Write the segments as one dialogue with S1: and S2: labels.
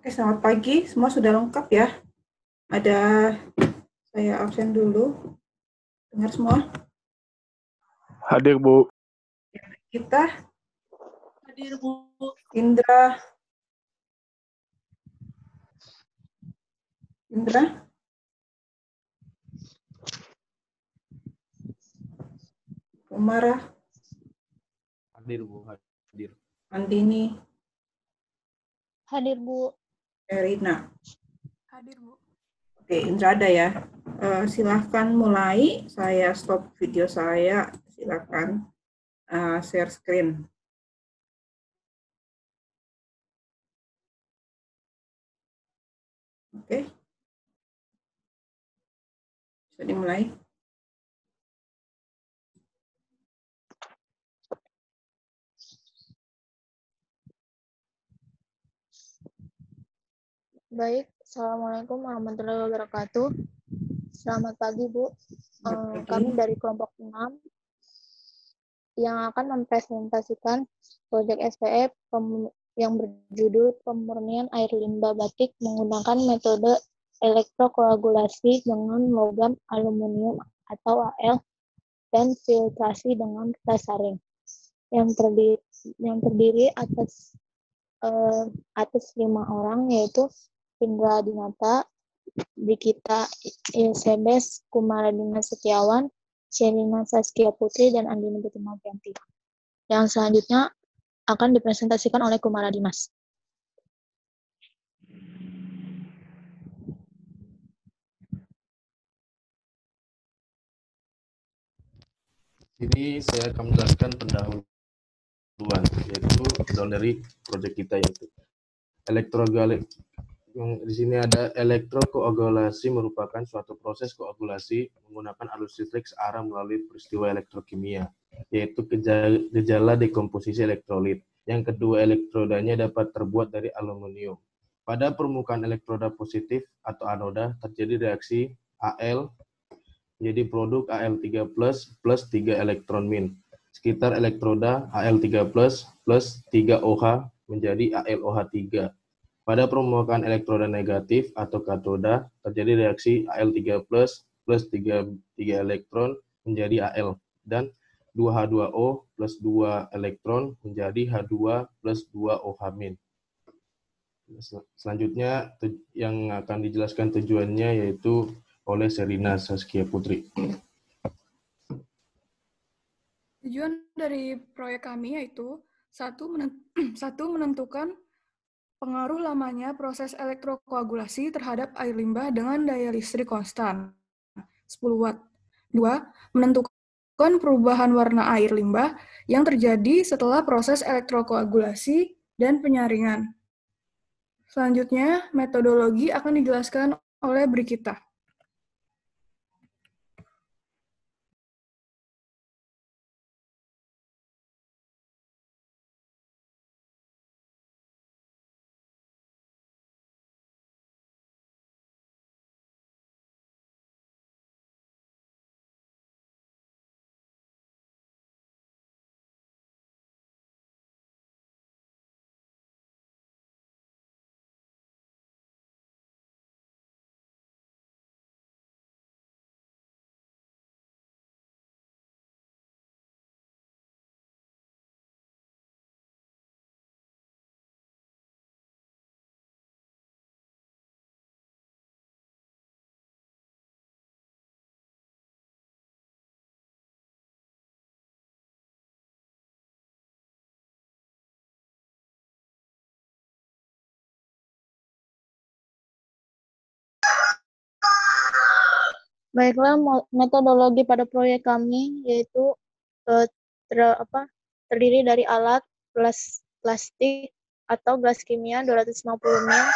S1: Oke, selamat pagi. Semua sudah lengkap ya? Ada saya absen dulu. Dengar semua?
S2: Hadir, Bu.
S1: Kita,
S3: Hadir, Bu.
S1: Indra, Umara,
S2: Hadir, Bu. Hadir.
S1: Andini,
S4: Hadir, Bu.
S1: Erina.
S3: Hadir, Bu.
S1: Oke, Indra ada ya. Silahkan mulai. Saya stop video saya. Silahkan share screen. Oke. Bisa dimulai.
S4: Baik, Assalamualaikum warahmatullahi wabarakatuh. Selamat pagi, Bu. Kami dari kelompok 6 yang akan mempresentasikan proyek SPE yang berjudul pemurnian air limbah batik menggunakan metode elektrokoagulasi dengan logam aluminium atau AL dan filtrasi dengan kertas saring yang terdiri atas 5 orang, yaitu Indra Dinata, Brikita Ilsebes, Kumaradina Setiawan, Sherina Saskia Putri, dan Andini Putri Martianti. Yang selanjutnya akan dipresentasikan oleh Kumara Dimas.
S2: Ini saya akan menjelaskan pendahuluan, yaitu pendahuluan dari proyek kita, yaitu yang di sini ada elektrokoagulasi merupakan suatu proses koagulasi menggunakan arus listrik searah melalui peristiwa elektrokimia, yaitu gejala dekomposisi elektrolit. Yang kedua, elektrodanya dapat terbuat dari aluminium. Pada permukaan elektroda positif atau anoda terjadi reaksi Al menjadi produk Al3+ plus 3 elektron min. Sekitar elektroda Al3+ plus 3 OH menjadi AlOH3. Pada permukaan elektroda negatif atau katoda terjadi reaksi Al3+ plus 3 elektron menjadi Al dan 2H2O plus 2 elektron menjadi H2 plus 2 OH-. Selanjutnya yang akan dijelaskan tujuannya yaitu oleh Sherina Saskia Putri.
S3: Tujuan dari proyek kami yaitu satu, menentukan pengaruh lamanya proses elektrokoagulasi terhadap air limbah dengan daya listrik konstan 10 Watt. 2. Menentukan perubahan warna air limbah yang terjadi setelah proses elektrokoagulasi dan penyaringan. Selanjutnya, metodologi akan dijelaskan oleh Brikita.
S4: Baiklah, metodologi pada proyek kami yaitu terdiri dari alat plastik atau gas kimia 250 ml,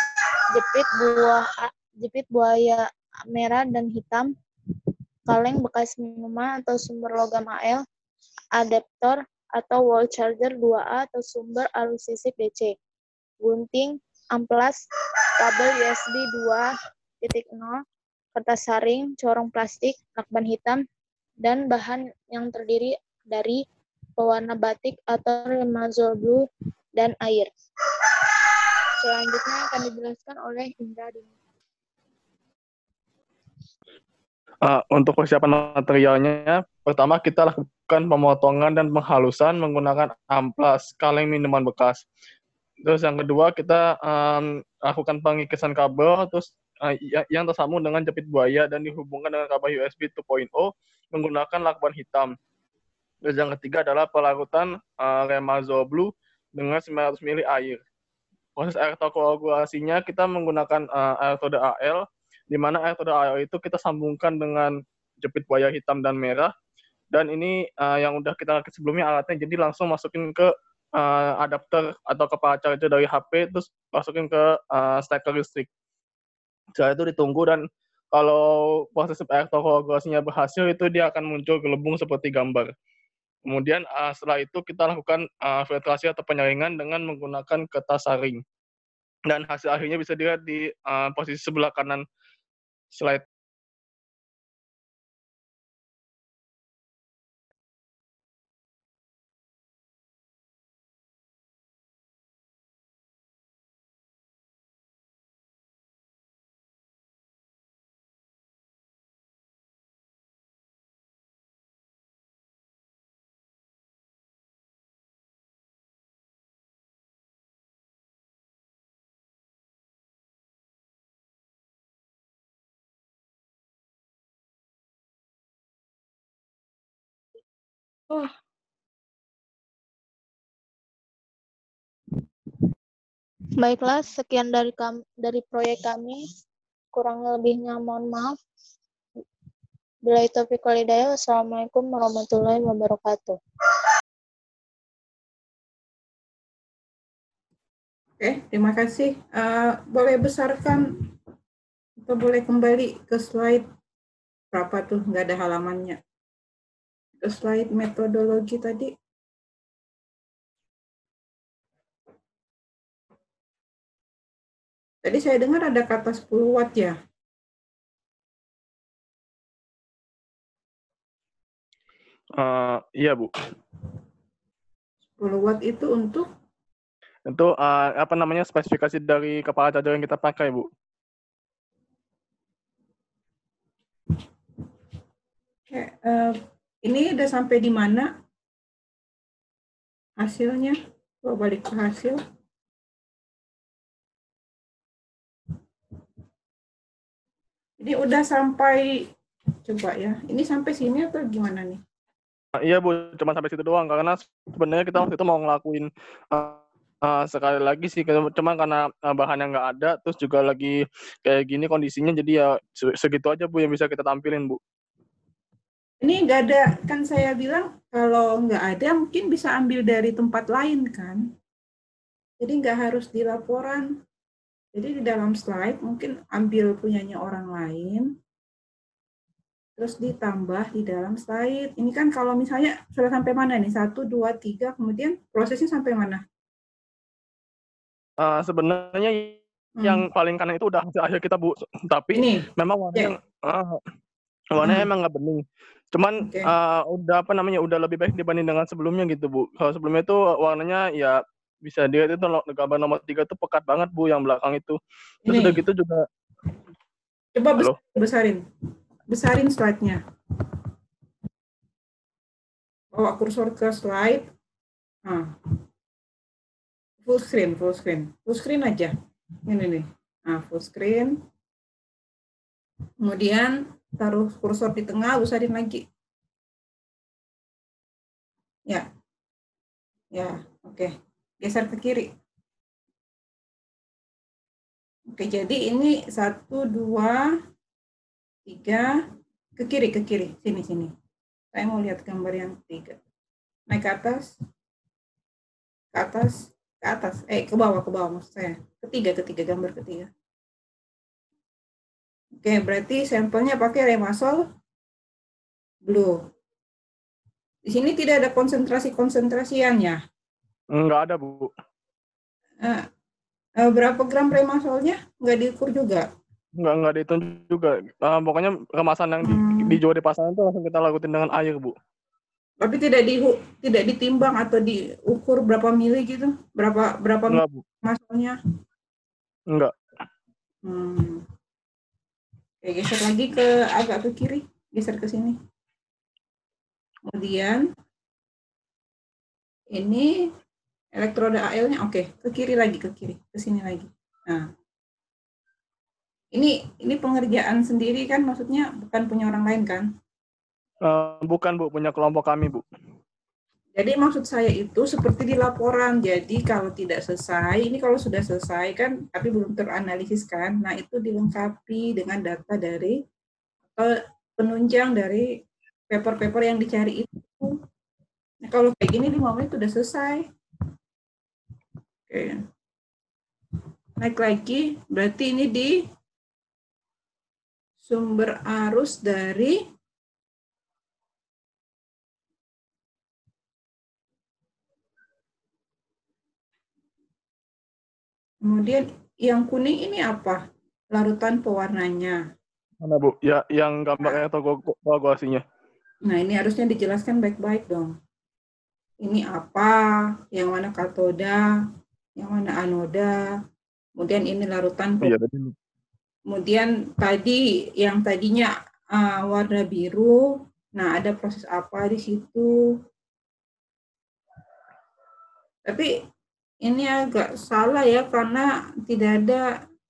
S4: jepit buaya merah dan hitam, kaleng bekas minuman atau sumber logam Al, adaptor atau wall charger 2A atau sumber arus listrik DC, gunting, amplas, kabel USB 2.0, kertas saring, corong plastik, lakban hitam, dan bahan yang terdiri dari pewarna batik atau Lemazol blue dan air. Selanjutnya akan dijelaskan oleh Indra.
S5: Untuk persiapan materialnya, pertama kita lakukan pemotongan dan penghalusan menggunakan amplas, kaleng minuman bekas. Terus yang kedua kita lakukan pengikisan kabel, terus yang tersambung dengan jepit buaya dan dihubungkan dengan kabel USB 2.0 menggunakan lakban hitam. Terus yang ketiga adalah pelarutan Remazo Blue dengan 900 ml air. Proses elektrokoagulasinya kita menggunakan elektroda AL, di mana elektroda AL itu kita sambungkan dengan jepit buaya hitam dan merah, dan ini yang udah kita rakit sebelumnya alatnya, jadi langsung masukin ke adapter atau kepala charger dari HP, terus masukin ke steker listrik. Setelah itu ditunggu, dan kalau proses elektrokoagulasinya berhasil, itu dia akan muncul gelembung seperti gambar. Kemudian setelah itu kita lakukan filtrasi atau penyaringan dengan menggunakan kertas saring. Dan hasil akhirnya bisa dilihat di posisi sebelah kanan slide.
S4: Baiklah, sekian dari proyek kami. Kurang lebihnya mohon maaf. Billahi taufiq wal hidayah. Wassalamualaikum warahmatullahi wabarakatuh.
S1: Oke, terima kasih. Boleh besarkan atau boleh kembali ke slide berapa tuh? Nggak ada halamannya. Ke slide metodologi tadi. Tadi saya dengar ada kata 10 watt ya?
S5: Iya, Bu.
S1: 10 watt itu untuk?
S5: Itu spesifikasi dari kepala charger yang kita pakai, Bu.
S1: Oke, ini udah sampai di mana hasilnya? Coba balik ke hasil. Ini udah sampai, coba ya, ini sampai sini atau gimana nih?
S5: Iya, Bu, cuma sampai situ doang, karena sebenarnya kita waktu itu mau ngelakuin sekali lagi sih, cuma karena bahannya nggak ada, terus juga lagi kayak gini kondisinya, jadi ya segitu aja, Bu, yang bisa kita tampilin, Bu.
S1: Ini nggak ada, kan saya bilang kalau nggak ada mungkin bisa ambil dari tempat lain kan. Jadi nggak harus di laporan. Jadi di dalam slide mungkin ambil punyanya orang lain, terus ditambah di dalam slide. Ini kan kalau misalnya sudah sampai mana nih? 1, 2, 3, kemudian prosesnya sampai mana?
S5: Sebenarnya yang paling kanan itu udah hasil akhir kita, Bu. Tapi
S1: ini
S5: memang warnanya warnanya emang nggak bening. Cuman udah lebih baik dibanding dengan sebelumnya gitu, Bu. Kalau sebelumnya itu warnanya ya bisa dilihat itu gambar nomor 3 itu pekat banget, Bu, yang belakang itu. Terus udah gitu juga.
S1: Coba besarin slide-nya. Bawa kursor ke slide. Nah. Full screen aja. Ini nih. Nah, full screen. Kemudian taruh kursor di tengah, besarin lagi. Ya. Ya, oke. Geser ke kiri. Oke, jadi ini 1, 2, 3, ke kiri. Sini. Saya mau lihat gambar yang 3. Naik ke atas. Ke bawah maksud saya. Ketiga, gambar ketiga. Oke, berarti sampelnya pakai Remasol Blue. Di sini tidak ada konsentrasiannya.
S5: Nggak ada, Bu.
S1: Berapa gram Remasolnya? Nggak diukur juga?
S5: Nggak dihitung juga. Pokoknya kemasan yang dijual di pasaran itu langsung kita lakukan dengan air, Bu.
S1: Tapi tidak ditimbang atau diukur berapa mili gitu? Berapa Remasolnya?
S5: Enggak.
S1: Oke, geser lagi agak ke kiri, geser ke sini. Kemudian ini elektroda AL-nya, oke, ke kiri lagi, ke kiri, ke sini lagi. Nah, ini pengerjaan sendiri kan, maksudnya bukan punya orang lain kan?
S5: Bukan, Bu, punya kelompok kami, Bu.
S1: Jadi maksud saya itu seperti di laporan. Jadi kalau tidak selesai, ini kalau sudah selesai kan, tapi belum teranalisis kan, nah itu dilengkapi dengan data dari penunjang dari paper-paper yang dicari itu. Nah, kalau kayak gini 5 menit sudah selesai. Oke. Naik lagi, berarti ini di sumber arus dari kemudian yang kuning ini apa? Larutan pewarnanya.
S5: Mana, Bu? Ya, yang gambarnya atau koagulasinya?
S1: Nah, ini harusnya dijelaskan baik-baik dong. Ini apa? Yang mana katoda? Yang mana anoda? Kemudian ini larutan
S5: Iya,
S1: kemudian tadi yang tadinya warna biru, nah ada proses apa di situ? Tapi ini agak salah ya karena tidak ada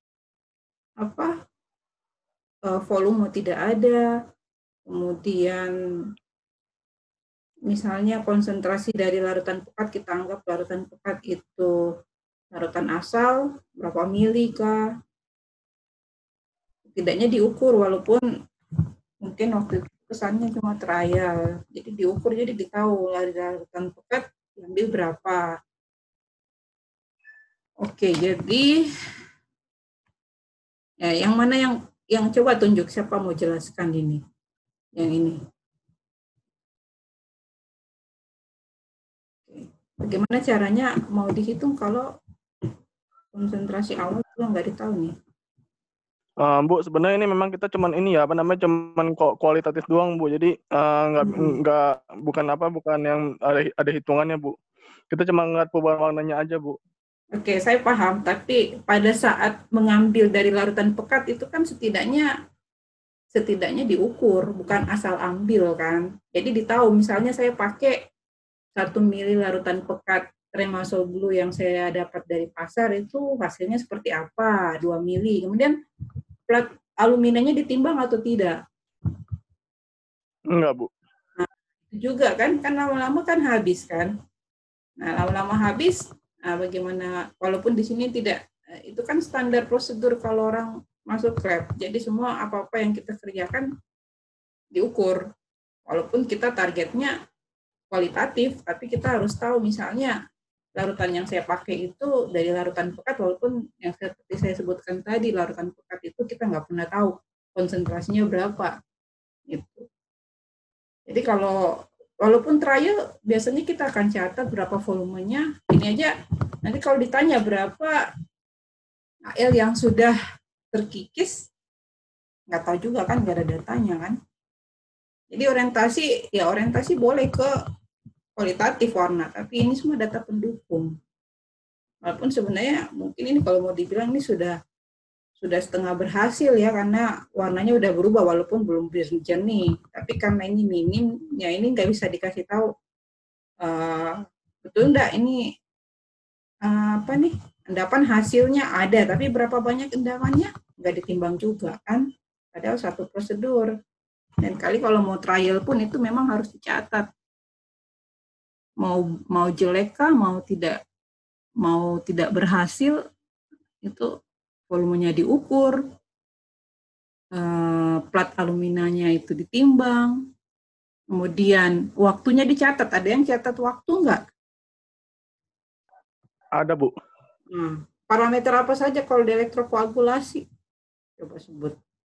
S1: volume tidak ada, kemudian misalnya konsentrasi dari larutan pekat kita anggap larutan pekat itu larutan asal berapa mili kah? Tidaknya diukur walaupun mungkin waktu itu kesannya cuma trial, jadi diukur jadi ditahu larutan pekat diambil berapa. Oke, jadi ya yang mana yang coba tunjuk siapa mau jelaskan ini? Yang ini. Bagaimana caranya mau dihitung kalau konsentrasi awal juga nggak ditahu nih?
S5: Bu, sebenarnya ini memang kita cuman ini ya, cuman kualitatif doang, Bu. Jadi bukan yang ada hitungannya, Bu. Kita cuma ngeliat perubahan warnanya aja, Bu.
S1: Oke, saya paham. Tapi pada saat mengambil dari larutan pekat itu kan setidaknya diukur, bukan asal ambil kan. Jadi ditahu, misalnya saya pakai 1 mili larutan pekat Remasol Blue yang saya dapat dari pasar itu hasilnya seperti apa, 2 mili. Kemudian plat aluminanya ditimbang atau tidak?
S5: Enggak, Bu.
S1: Nah, itu juga kan lama-lama kan habis kan. Nah, lama-lama habis, nah bagaimana, walaupun di sini tidak, itu kan standar prosedur kalau orang masuk lab. Jadi semua apa-apa yang kita kerjakan diukur. Walaupun kita targetnya kualitatif, tapi kita harus tahu misalnya larutan yang saya pakai itu dari larutan pekat, walaupun yang seperti saya sebutkan tadi, larutan pekat itu kita nggak pernah tahu konsentrasinya berapa. Gitu. Jadi kalau walaupun trial, biasanya kita akan catat berapa volumenya. Ini aja, nanti kalau ditanya berapa AL yang sudah terkikis, nggak tahu juga kan, nggak ada datanya kan. Jadi orientasi boleh ke kualitatif warna, tapi ini semua data pendukung. Walaupun sebenarnya mungkin ini kalau mau dibilang ini sudah setengah berhasil ya, karena warnanya udah berubah walaupun belum jernih. Tapi karena ini minim, ya ini nggak bisa dikasih tahu betul enggak ini endapan hasilnya ada, tapi berapa banyak endapannya nggak ditimbang juga kan, padahal satu prosedur. Dan kali kalau mau trial pun itu memang harus dicatat, mau jelek kah, mau tidak berhasil, itu volumenya diukur, plat aluminanya itu ditimbang, kemudian waktunya dicatat. Ada yang catat waktu enggak?
S5: Ada, Bu.
S1: Parameter apa saja kalau di elektrokoagulasi? Coba sebut.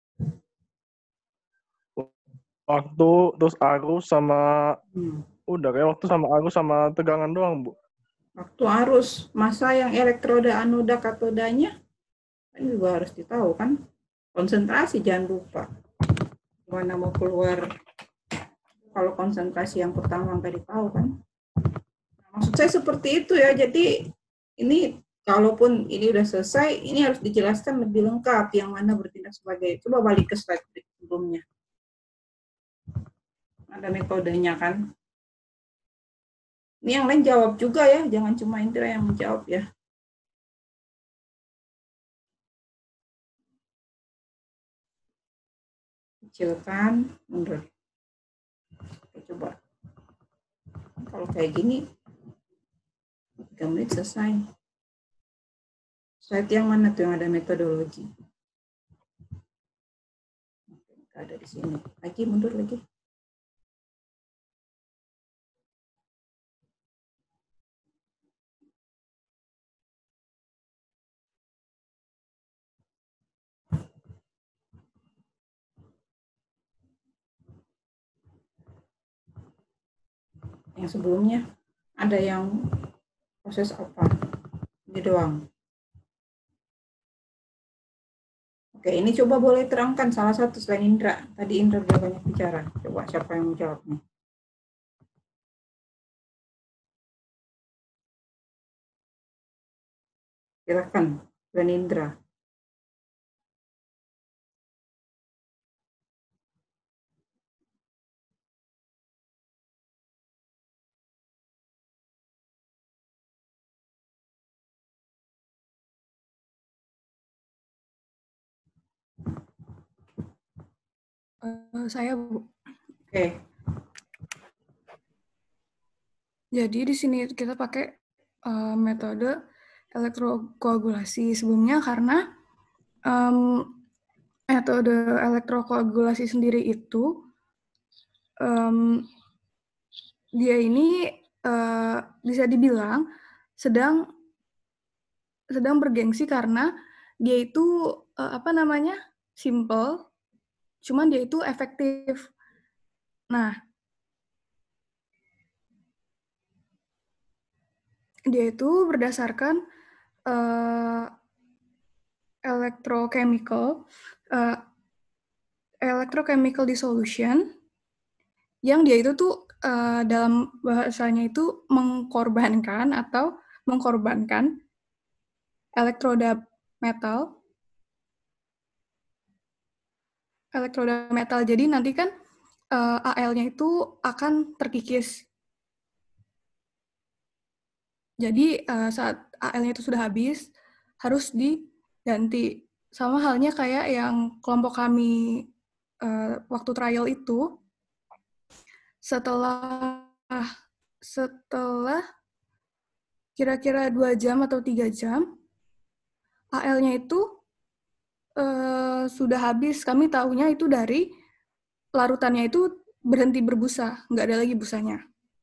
S5: Waktu, terus arus sama udah kayak waktu sama arus sama tegangan doang, Bu.
S1: Waktu arus, masa yang elektroda anoda katodanya ini juga harus ditahu kan. Konsentrasi jangan lupa. Gimana mau keluar kalau konsentrasi yang pertama nggak ditahu kan. Nah, maksud saya seperti itu ya. Jadi ini kalaupun ini udah selesai, ini harus dijelaskan lebih lengkap yang mana bertindak sebagai. Coba balik ke slide sebelumnya. Ada metodenya kan. Ini yang lain jawab juga ya, jangan cuma Indra yang menjawab ya. Kecilkan, mundur. Oke, coba. Kalau kayak gini, 3 menit selesai. Slide yang mana tuh yang ada metodologi? Oke, ada di sini. Lagi, mundur lagi. Yang sebelumnya ada yang proses apa? Ini doang. Oke, ini coba boleh terangkan salah satu selain Indra. Tadi Indra udah banyak bicara. Coba siapa yang menjawabnya? Silakan, selain Indra.
S3: Saya, Bu.
S1: Oke.
S3: Jadi di sini kita pakai metode elektrokoagulasi sebelumnya karena metode elektrokoagulasi sendiri itu dia ini bisa dibilang sedang bergengsi karena dia itu simple, cuman dia itu efektif. Nah, dia itu berdasarkan electrochemical dissolution yang dia itu tuh dalam bahasanya itu mengkorbankan elektroda metal. Jadi nanti kan Al-nya itu akan terkikis. Jadi saat Al-nya itu sudah habis, harus diganti. Sama halnya kayak yang kelompok kami waktu trial itu, setelah kira-kira 2 jam atau 3 jam, Al-nya itu sudah habis. Kami tahunya itu dari larutannya itu berhenti berbusa, nggak ada lagi busanya.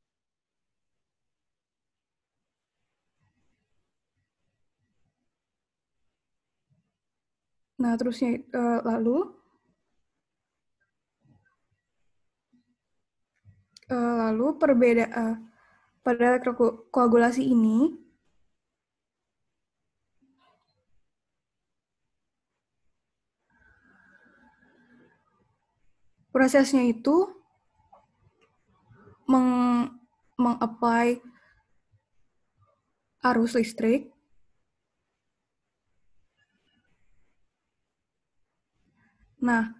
S3: Nah, terusnya lalu perbedaan pada elektrokoagulasi ini prosesnya itu meng-apply arus listrik Nah,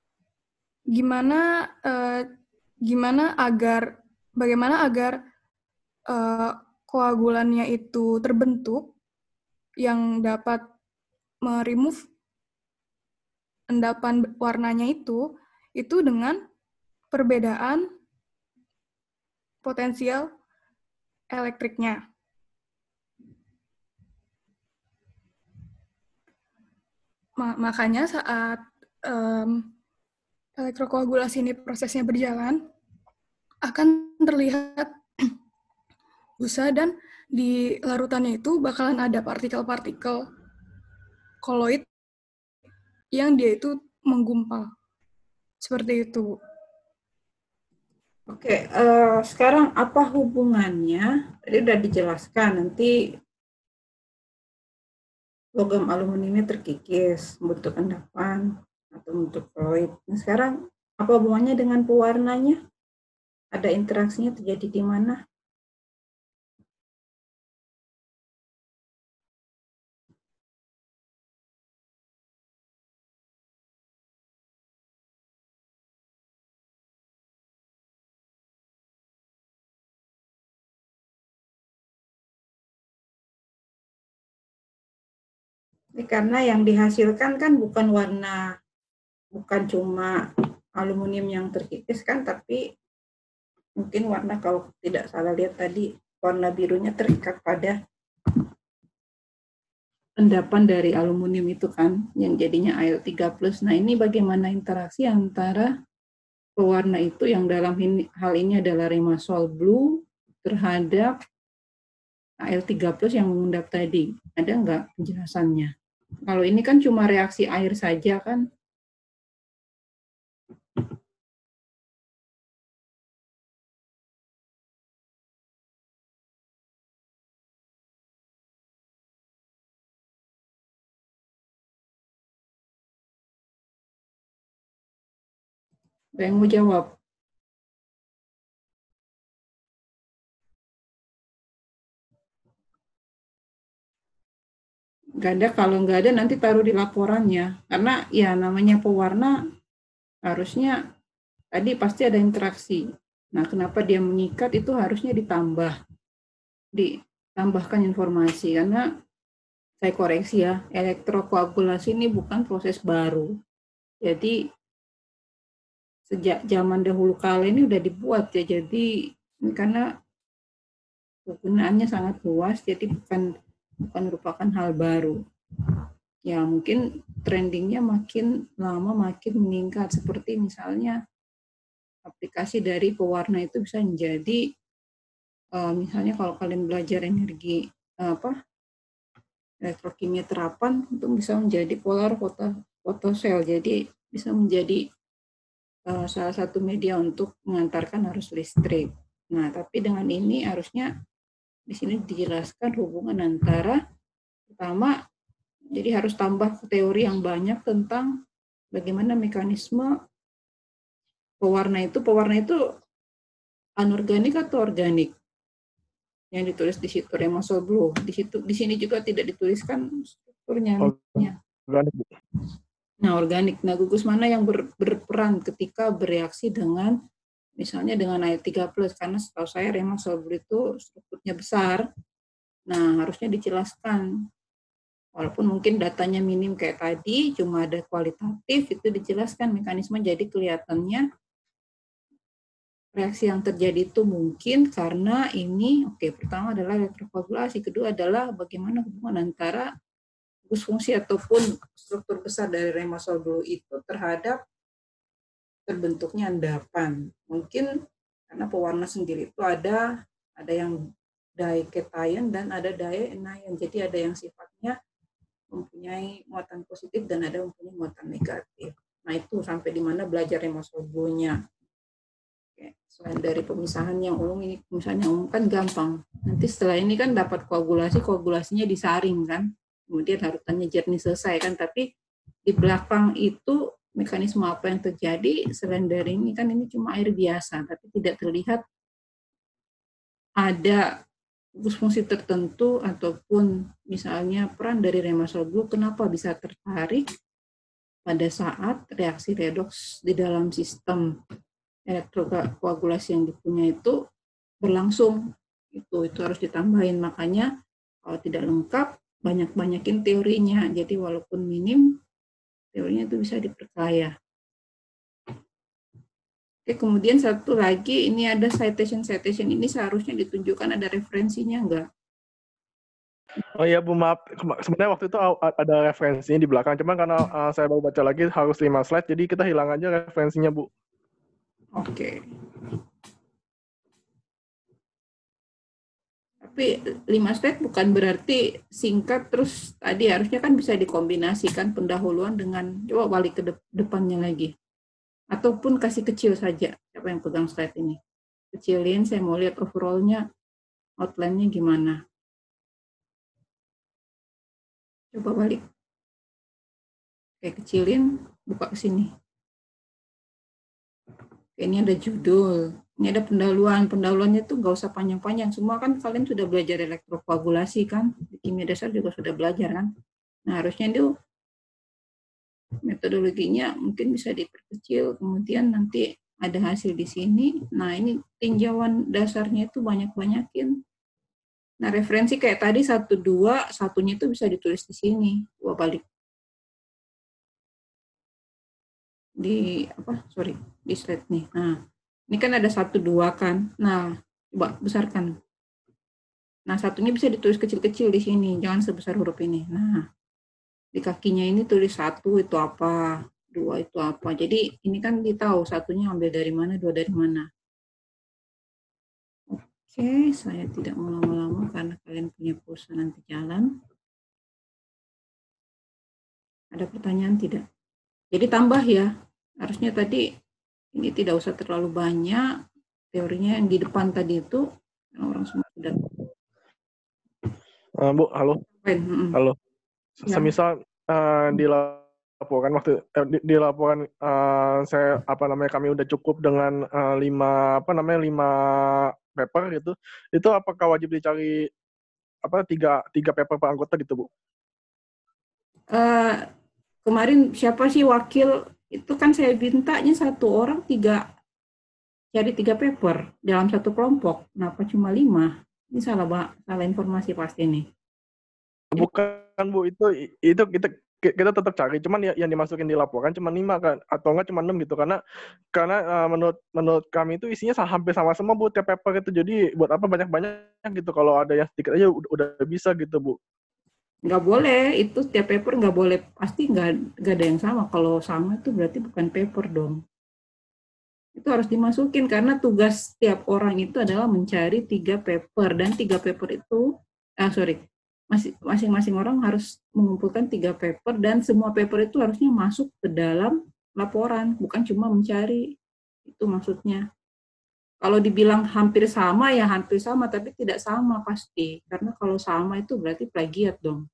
S3: bagaimana agar koagulannya itu terbentuk yang dapat meremove endapan warnanya itu dengan perbedaan potensial elektriknya. Makanya saat elektrokoagulasi ini prosesnya berjalan, akan terlihat busa dan di larutannya itu bakalan ada partikel-partikel koloid yang dia itu menggumpal. Seperti itu.
S1: Oke, sekarang apa hubungannya? Tadi udah dijelaskan, nanti logam aluminiumnya terkikis, membentuk endapan atau membentuk koloid. Nah, sekarang apa hubungannya dengan pewarnanya? Ada interaksinya terjadi di mana? Ini karena yang dihasilkan kan bukan cuma aluminium yang terkikis kan, tapi mungkin warna, kalau tidak salah lihat tadi, warna birunya terikat pada endapan dari aluminium itu kan, yang jadinya Al3+. Nah, ini bagaimana interaksi antara pewarna itu yang dalam hal ini adalah Remasol Blue terhadap Al3+ yang mengendap tadi. Ada nggak penjelasannya? Kalau ini kan cuma reaksi air saja kan. Ada yang mau jawab? Nggak ada, kalau nggak ada nanti taruh di laporannya. Karena ya namanya pewarna harusnya tadi pasti ada interaksi. Nah, kenapa dia mengikat itu harusnya ditambahkan informasi. Karena saya koreksi ya, elektrokoagulasi ini bukan proses baru. Jadi sejak zaman dahulu kala ini udah dibuat ya. Jadi karena penggunaannya sangat luas, jadi bukan merupakan hal baru. Ya mungkin trendingnya makin lama makin meningkat, seperti misalnya aplikasi dari pewarna itu bisa menjadi misalnya kalau kalian belajar energi elektrokimia terapan, itu bisa menjadi polar photocell, jadi bisa menjadi salah satu media untuk mengantarkan arus listrik. Nah, tapi dengan ini harusnya di sini dijelaskan hubungan antara, pertama, jadi harus tambah teori yang banyak tentang bagaimana mekanisme pewarna itu anorganik atau organik. Yang ditulis di situ Remasol Blue. Di sini juga tidak dituliskan strukturnya.
S5: Organik.
S1: Nah, organik. Nah, gugus mana yang berperan ketika bereaksi dengan misalnya dengan Al3+, karena setahu saya Remasol Blue itu strukturnya besar. Nah, harusnya dijelaskan. Walaupun mungkin datanya minim kayak tadi, cuma ada kualitatif, itu dijelaskan mekanisme, jadi kelihatannya reaksi yang terjadi itu mungkin karena ini, pertama adalah elektrokoagulasi, kedua adalah bagaimana hubungan antara gugus fungsi ataupun struktur besar dari Remasol Blue itu terhadap terbentuknya endapan. Mungkin karena pewarna sendiri itu ada yang dication dan ada dianion, jadi ada yang sifatnya mempunyai muatan positif dan ada yang mempunyai muatan negatif. Nah, itu sampai di mana belajar Remasol Blue-nya. Selain dari pemisahan yang umum, ini pemisahan yang umum kan gampang. Nanti setelah ini kan dapat koagulasinya disaring kan, kemudian larutannya jernih selesai kan, tapi di belakang itu mekanisme apa yang terjadi selain dari ini kan, ini cuma air biasa, tapi tidak terlihat ada gugus fungsi tertentu ataupun misalnya peran dari Remasol Blue kenapa bisa tertarik pada saat reaksi redoks di dalam sistem elektrokoagulasi yang dipunya itu berlangsung. Itu harus ditambahin, makanya kalau tidak lengkap banyakin teorinya, jadi walaupun minim teorinya itu bisa dipercaya. Kemudian satu lagi, ini ada citation ini seharusnya ditunjukkan ada referensinya enggak?
S5: Oh iya Bu, maaf. Sebenarnya waktu itu ada referensinya di belakang, cuman karena saya baru baca lagi harus 5 slide, jadi kita hilang aja referensinya Bu.
S1: Oke. Tapi 5 slide bukan berarti singkat, terus tadi harusnya kan bisa dikombinasikan pendahuluan dengan, coba balik ke depannya lagi. Ataupun kasih kecil saja. Siapa yang pegang slide ini? Kecilin, saya mau lihat overall-nya, outline-nya gimana. Coba balik. Oke, kecilin, buka ke sini. Oke, ini ada judul. Ini ada pendahuluan. Pendahuluannya tuh nggak usah panjang-panjang. Semua kan kalian sudah belajar elektrokoagulasi kan? Di kimia dasar juga sudah belajar kan? Nah, harusnya itu metodologinya mungkin bisa diperkecil, kemudian nanti ada hasil di sini. Nah, ini tinjauan dasarnya itu banyak-banyakin. Nah, referensi kayak tadi 1, 2, satunya itu bisa ditulis di sini, 2 balik. Di slide nih. Nah, ini kan ada 1, 2 kan. Nah, coba besarkan. Nah, satunya bisa ditulis kecil-kecil di sini, jangan sebesar huruf ini. Nah, di kakinya ini tulis 1 itu apa, 2 itu apa. Jadi ini kan ditahu satunya ambil dari mana, 2 dari mana. Oke, saya tidak mau lama-lama karena kalian punya pulsa nanti jalan. Ada pertanyaan tidak? Jadi tambah ya, harusnya tadi ini tidak usah terlalu banyak, teorinya yang di depan tadi itu, orang semua sudah.
S5: Bu, halo. Halo.
S1: Ya.
S5: Semisal dilaporkan saya kami udah cukup dengan 5 paper gitu. Itu apakah wajib dicari 3 paper per anggota gitu, Bu?
S1: Kemarin siapa sih wakil itu kan saya mintanya 1 orang cari 3 paper dalam satu kelompok. Kenapa cuma 5? Ini salah informasi pasti nih.
S5: Bukan, Bu, itu kita tetap cari, cuman yang dimasukin di laporan cuma 5 kan, atau enggak cuma 6 gitu, karena menurut kami itu isinya hampir sama semua, Bu, tiap paper itu. Jadi buat apa banyak-banyak gitu, kalau ada yang sedikit aja udah bisa gitu, Bu.
S1: Nggak boleh, itu setiap paper nggak boleh, pasti nggak ada yang sama. Kalau sama itu berarti bukan paper dong. Itu harus dimasukin karena tugas setiap orang itu adalah mencari 3 paper, dan 3 paper itu, masing-masing orang harus mengumpulkan 3 paper, dan semua paper itu harusnya masuk ke dalam laporan, bukan cuma mencari. Itu maksudnya. Kalau dibilang hampir sama, ya hampir sama, tapi tidak sama pasti. Karena kalau sama itu berarti plagiat dong.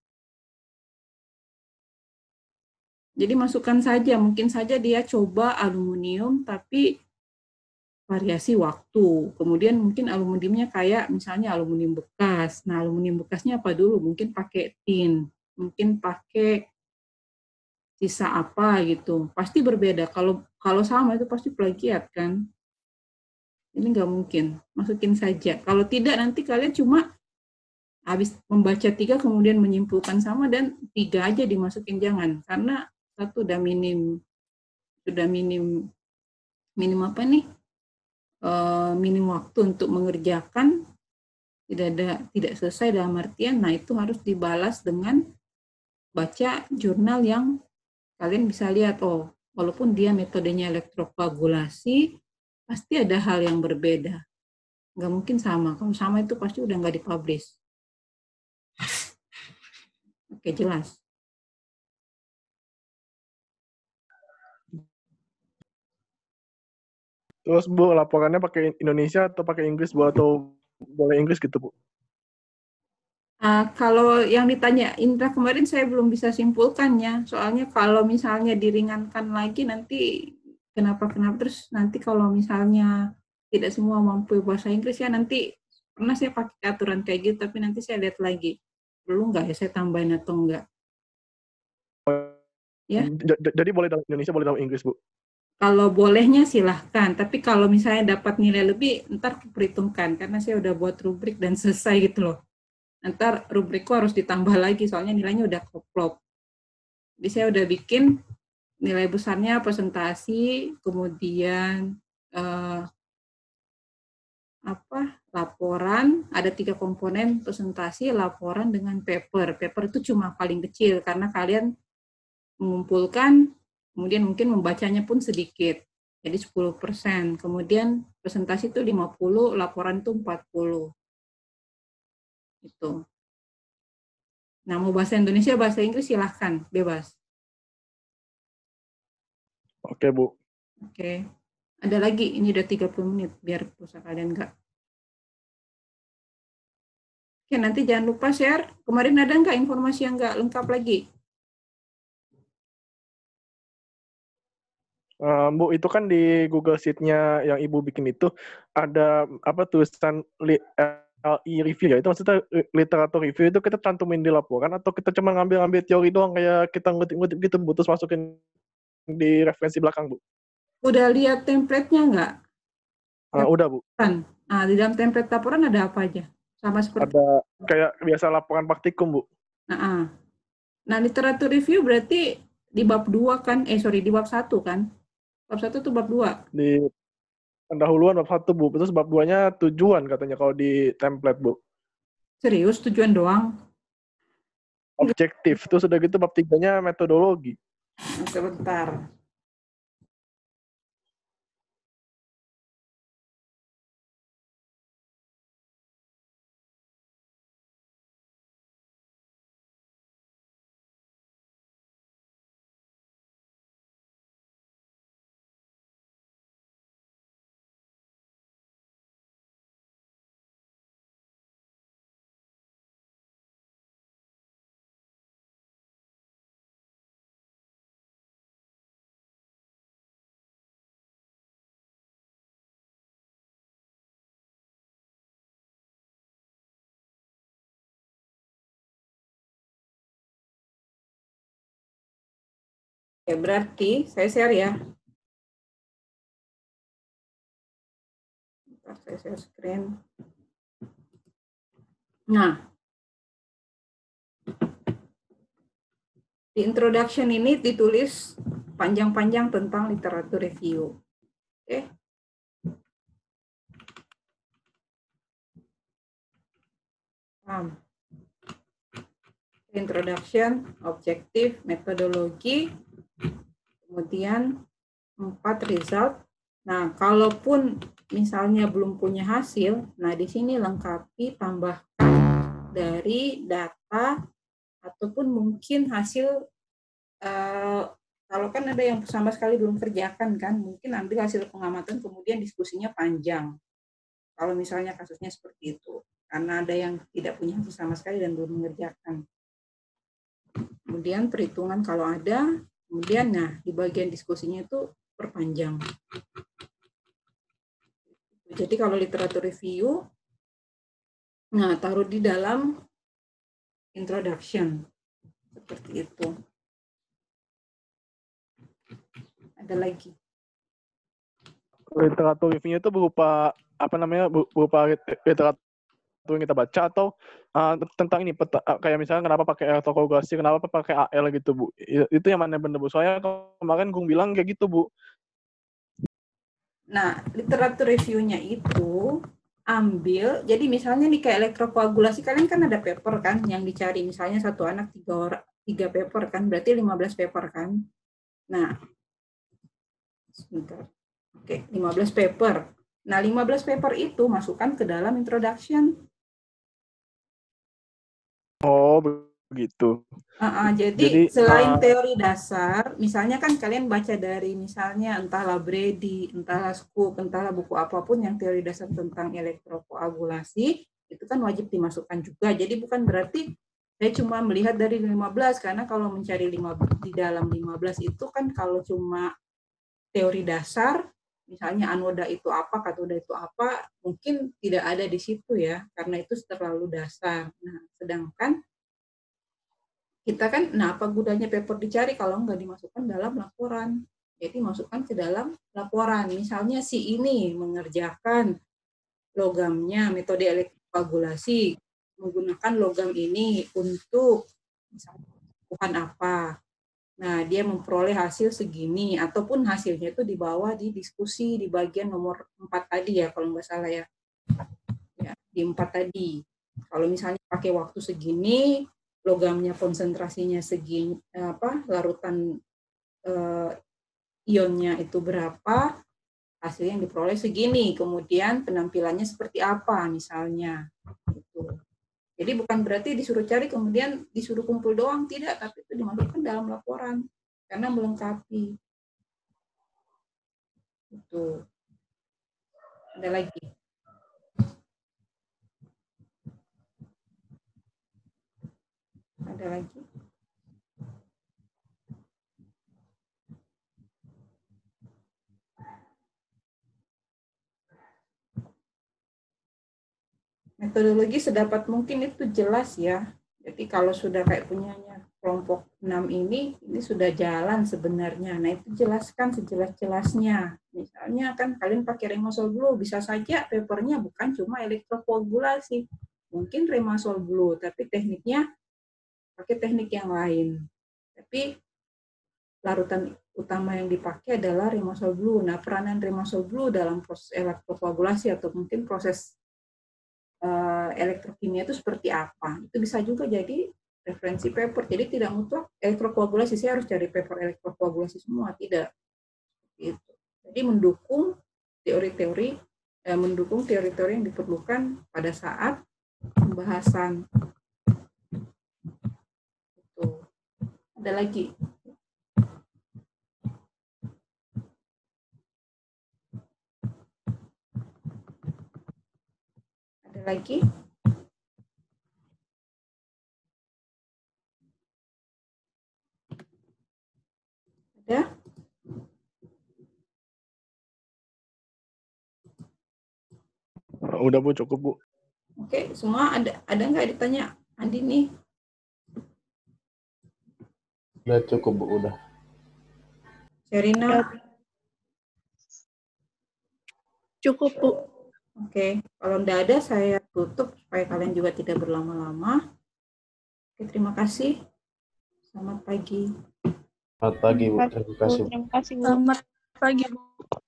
S1: Jadi masukkan saja, mungkin saja dia coba aluminium tapi variasi waktu. Kemudian mungkin aluminiumnya kayak misalnya aluminium bekas. Nah, aluminium bekasnya apa dulu? Mungkin pakai tin, mungkin pakai sisa apa gitu. Pasti berbeda. Kalau sama itu pasti plagiat kan. Ini nggak mungkin. Masukin saja. Kalau tidak nanti kalian cuma habis membaca 3 kemudian menyimpulkan sama, dan 3 aja dimasukin, jangan. Karena satu udah minim apa nih, minim waktu untuk mengerjakan, tidak selesai dalam artian, nah itu harus dibalas dengan baca jurnal yang kalian bisa lihat, oh walaupun dia metodenya elektrokoagulasi, pasti ada hal yang berbeda, nggak mungkin sama. Kalau sama itu pasti udah nggak dipublish. Oke, jelas.
S5: Terus, Bu, laporannya pakai Indonesia atau pakai Inggris, Bu, atau boleh Inggris gitu, Bu?
S1: Kalau yang ditanya Indra kemarin saya belum bisa simpulkannya, soalnya kalau misalnya diringankan lagi nanti kenapa terus nanti kalau misalnya tidak semua mampu bahasa Inggris, ya nanti pernah saya pakai aturan kayak gitu, tapi nanti saya lihat lagi perlu nggak ya saya tambahin atau enggak. Ya.
S5: Jadi boleh dalam Indonesia, boleh dalam Inggris, Bu?
S1: Kalau bolehnya silahkan, tapi kalau misalnya dapat nilai lebih, ntar perhitungkan, karena saya udah buat rubrik dan selesai gitu loh. Ntar rubrikku harus ditambah lagi, soalnya nilainya udah koplok. Jadi saya udah bikin nilai besarnya presentasi, kemudian laporan, ada 3 komponen, presentasi, laporan, dengan paper. Paper itu cuma paling kecil, karena kalian mengumpulkan, kemudian mungkin membacanya pun sedikit, jadi 10%. Kemudian presentasi itu 50, laporan itu 40. Itu. Nah, mau bahasa Indonesia, bahasa Inggris silahkan, bebas.
S5: Oke, Bu.
S1: Oke. Ada lagi, ini udah 30 menit, biar pulsa kalian enggak. Oke, nanti jangan lupa share. Kemarin ada enggak informasi yang enggak lengkap lagi?
S5: Bu, itu kan di Google Sheet-nya yang Ibu bikin itu ada tulisan LI review ya, itu maksudnya literatur review itu kita cantumin di laporan atau kita cuma ngambil teori doang kayak kita ngutip-ngutip gitu, Bu, terus masukin di referensi belakang, Bu?
S1: Udah lihat template-nya enggak?
S5: Udah, Bu.
S1: Nah, di dalam template laporan ada apa aja? Sama seperti
S5: Ada kayak biasa laporan praktikum, Bu.
S1: Nah, literatur review berarti di bab 2 kan? Di bab 1 kan? Bab 1 tuh bab 2.
S5: Di pendahuluan bab 1, Bu. Terus bab 2-nya tujuan katanya kalau di template, Bu.
S1: Serius tujuan doang?
S5: Objektif. Terus udah gitu bab 3-nya metodologi.
S1: Sebentar. Ya, berarti saya share ya. Bentar, saya share screen. Nah, di introduction ini ditulis panjang-panjang tentang literatur review. Oke. Introduction, objektif, metodologi, kemudian 4 result. Nah, kalaupun misalnya belum punya hasil, nah di sini lengkapi, tambahkan dari data ataupun mungkin hasil, kalau kan ada yang sama sekali belum kerjakan kan, mungkin ambil hasil pengamatan kemudian diskusinya panjang. Kalau misalnya kasusnya seperti itu, karena ada yang tidak punya hasil sama sekali dan belum mengerjakan. Kemudian perhitungan kalau ada, kemudian nah di bagian diskusinya itu perpanjang. Jadi kalau literatur review, nah taruh di dalam introduction seperti itu. Ada lagi.
S5: Literatur review itu berupa apa namanya? Berupa literatur yang kita baca atau tentang ini kayak misalnya kenapa pakai elektrokoagulasi, kenapa pakai AL gitu, Bu. Itu yang mana bener, Bu? Soalnya kemarin Gung bilang kayak gitu, Bu.
S1: Nah, literatur review-nya itu ambil, jadi misalnya di kayak elektrokoagulasi, kalian kan ada paper kan yang dicari, misalnya satu anak 3 paper kan, berarti 15 paper kan. Nah, sebentar. Oke, 15 paper. Nah, 15 paper itu masukkan ke dalam introduction.
S5: Oh, begitu.
S1: Jadi selain teori dasar, misalnya kan kalian baca dari misalnya entahlah Brady, entahlah Scoop, entahlah buku apapun yang teori dasar tentang elektrokoagulasi, itu kan wajib dimasukkan juga. Jadi bukan berarti saya cuma melihat dari 15, karena kalau mencari di dalam 15 itu kan kalau cuma teori dasar, misalnya anoda itu apa, katoda itu apa, mungkin tidak ada di situ ya, karena itu terlalu dasar. Nah, sedangkan kita kan, nah apa gunanya paper dicari kalau nggak dimasukkan dalam laporan? Jadi masukkan ke dalam laporan. Misalnya si ini mengerjakan logamnya, metode elektrokoagulasi, menggunakan logam ini untuk misalnya bukan apa. Nah, dia memperoleh hasil segini, ataupun hasilnya itu dibawa di diskusi di bagian nomor 4 tadi ya, kalau nggak salah ya. Ya, di 4 tadi. Kalau misalnya pakai waktu segini, logamnya konsentrasinya segini, larutan ionnya itu berapa, hasil yang diperoleh segini, kemudian penampilannya seperti apa misalnya. Gitu. Jadi bukan berarti disuruh cari kemudian disuruh kumpul doang, tidak, tapi itu dimasukkan dalam laporan karena melengkapi. Itu. Ada lagi. Ada lagi. Metodologi sedapat mungkin itu jelas ya. Jadi kalau sudah kayak punyanya kelompok 6 ini sudah jalan sebenarnya. Nah, itu jelaskan sejelas-jelasnya. Misalnya kan kalian pakai Remosol Blue, bisa saja papernya bukan cuma elektrokoagulasi, mungkin Remasol Blue, tapi tekniknya pakai teknik yang lain. Tapi larutan utama yang dipakai adalah Remasol Blue. Nah, peranan Remasol Blue dalam proses elektrokoagulasi atau mungkin proses elektrokimia itu seperti apa? Itu bisa juga jadi referensi paper. Jadi tidak mutlak elektrokoagulasi saya harus cari paper elektrokoagulasi semua, tidak. Gitu. Jadi mendukung teori-teori yang diperlukan pada saat pembahasan. Itu. Ada lagi? Ada lagi? Ada?
S5: Udah Bu, cukup Bu.
S1: Oke, semua ada nggak ditanya Andi nih?
S2: Udah cukup Bu, udah.
S1: Sherina?
S6: Cukup, Bu.
S1: Oke, kalau nggak ada saya tutup supaya kalian juga tidak berlama-lama. Oke, terima kasih. Selamat pagi.
S2: Selamat pagi Bu, terima kasih.
S4: Terima kasih, Bu.
S6: Selamat pagi, Bu.